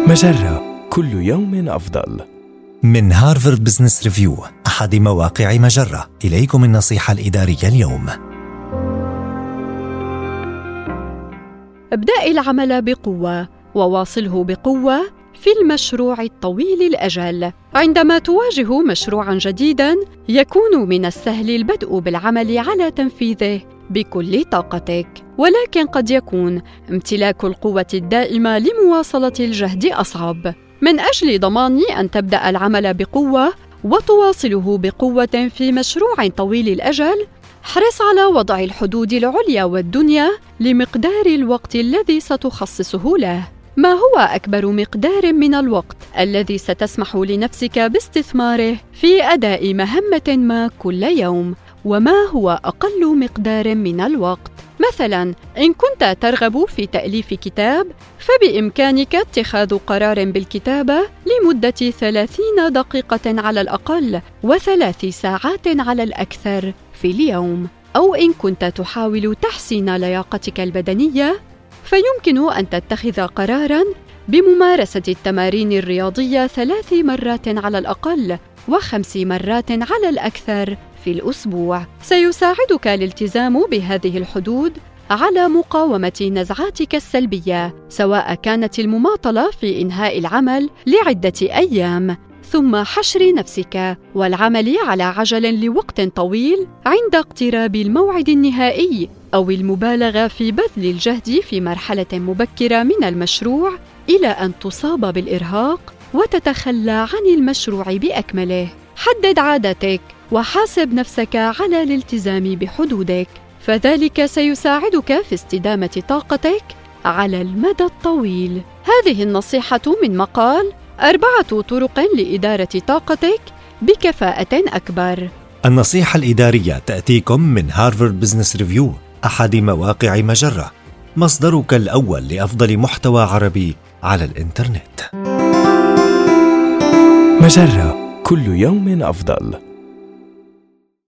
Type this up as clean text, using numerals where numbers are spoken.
مجرة، كل يوم أفضل. من هارفارد بزنس ريفيو، أحد مواقع مجرة، إليكم النصيحة الإدارية اليوم. ابدأ العمل بقوة وواصله بقوة في المشروع الطويل الأجل. عندما تواجه مشروعاً جديداً، يكون من السهل البدء بالعمل على تنفيذه بكل طاقتك، ولكن قد يكون امتلاك القوة الدائمة لمواصلة الجهد أصعب. من أجل ضمان أن تبدأ العمل بقوة وتواصله بقوة في مشروع طويل الأجل، احرص على وضع الحدود العليا والدنيا لمقدار الوقت الذي ستخصصه له. ما هو أكبر مقدار من الوقت الذي ستسمح لنفسك باستثماره في أداء مهمة ما كل يوم؟ وما هو أقل مقدار من الوقت؟ مثلاً، إن كنت ترغب في تأليف كتاب، فبإمكانك اتخاذ قرار بالكتابة لمدة 30 دقيقة على الأقل و3 ساعات على الأكثر في اليوم. أو إن كنت تحاول تحسين لياقتك البدنية، فيمكن أن تتخذ قراراً بممارسة التمارين الرياضية 3 مرات على الأقل و5 مرات على الأكثر في الأسبوع. سيساعدك الالتزام بهذه الحدود على مقاومة نزعاتك السلبية، سواء كانت المماطلة في إنهاء العمل لعدة أيام، ثم حشر نفسك والعمل على عجل لوقت طويل عند اقتراب الموعد النهائي، أو المبالغة في بذل الجهد في مرحلة مبكرة من المشروع إلى أن تصاب بالإرهاق وتتخلى عن المشروع بأكمله. حدد عاداتك وحاسب نفسك على الالتزام بحدودك، فذلك سيساعدك في استدامة طاقتك على المدى الطويل. هذه النصيحة من مقال 4 طرق لإدارة طاقتك بكفاءة أكبر. النصيحة الإدارية تأتيكم من هارفارد بزنس ريفيو، أحد مواقع مجرة، مصدرك الأول لأفضل محتوى عربي على الإنترنت. مجرة، كل يوم أفضل.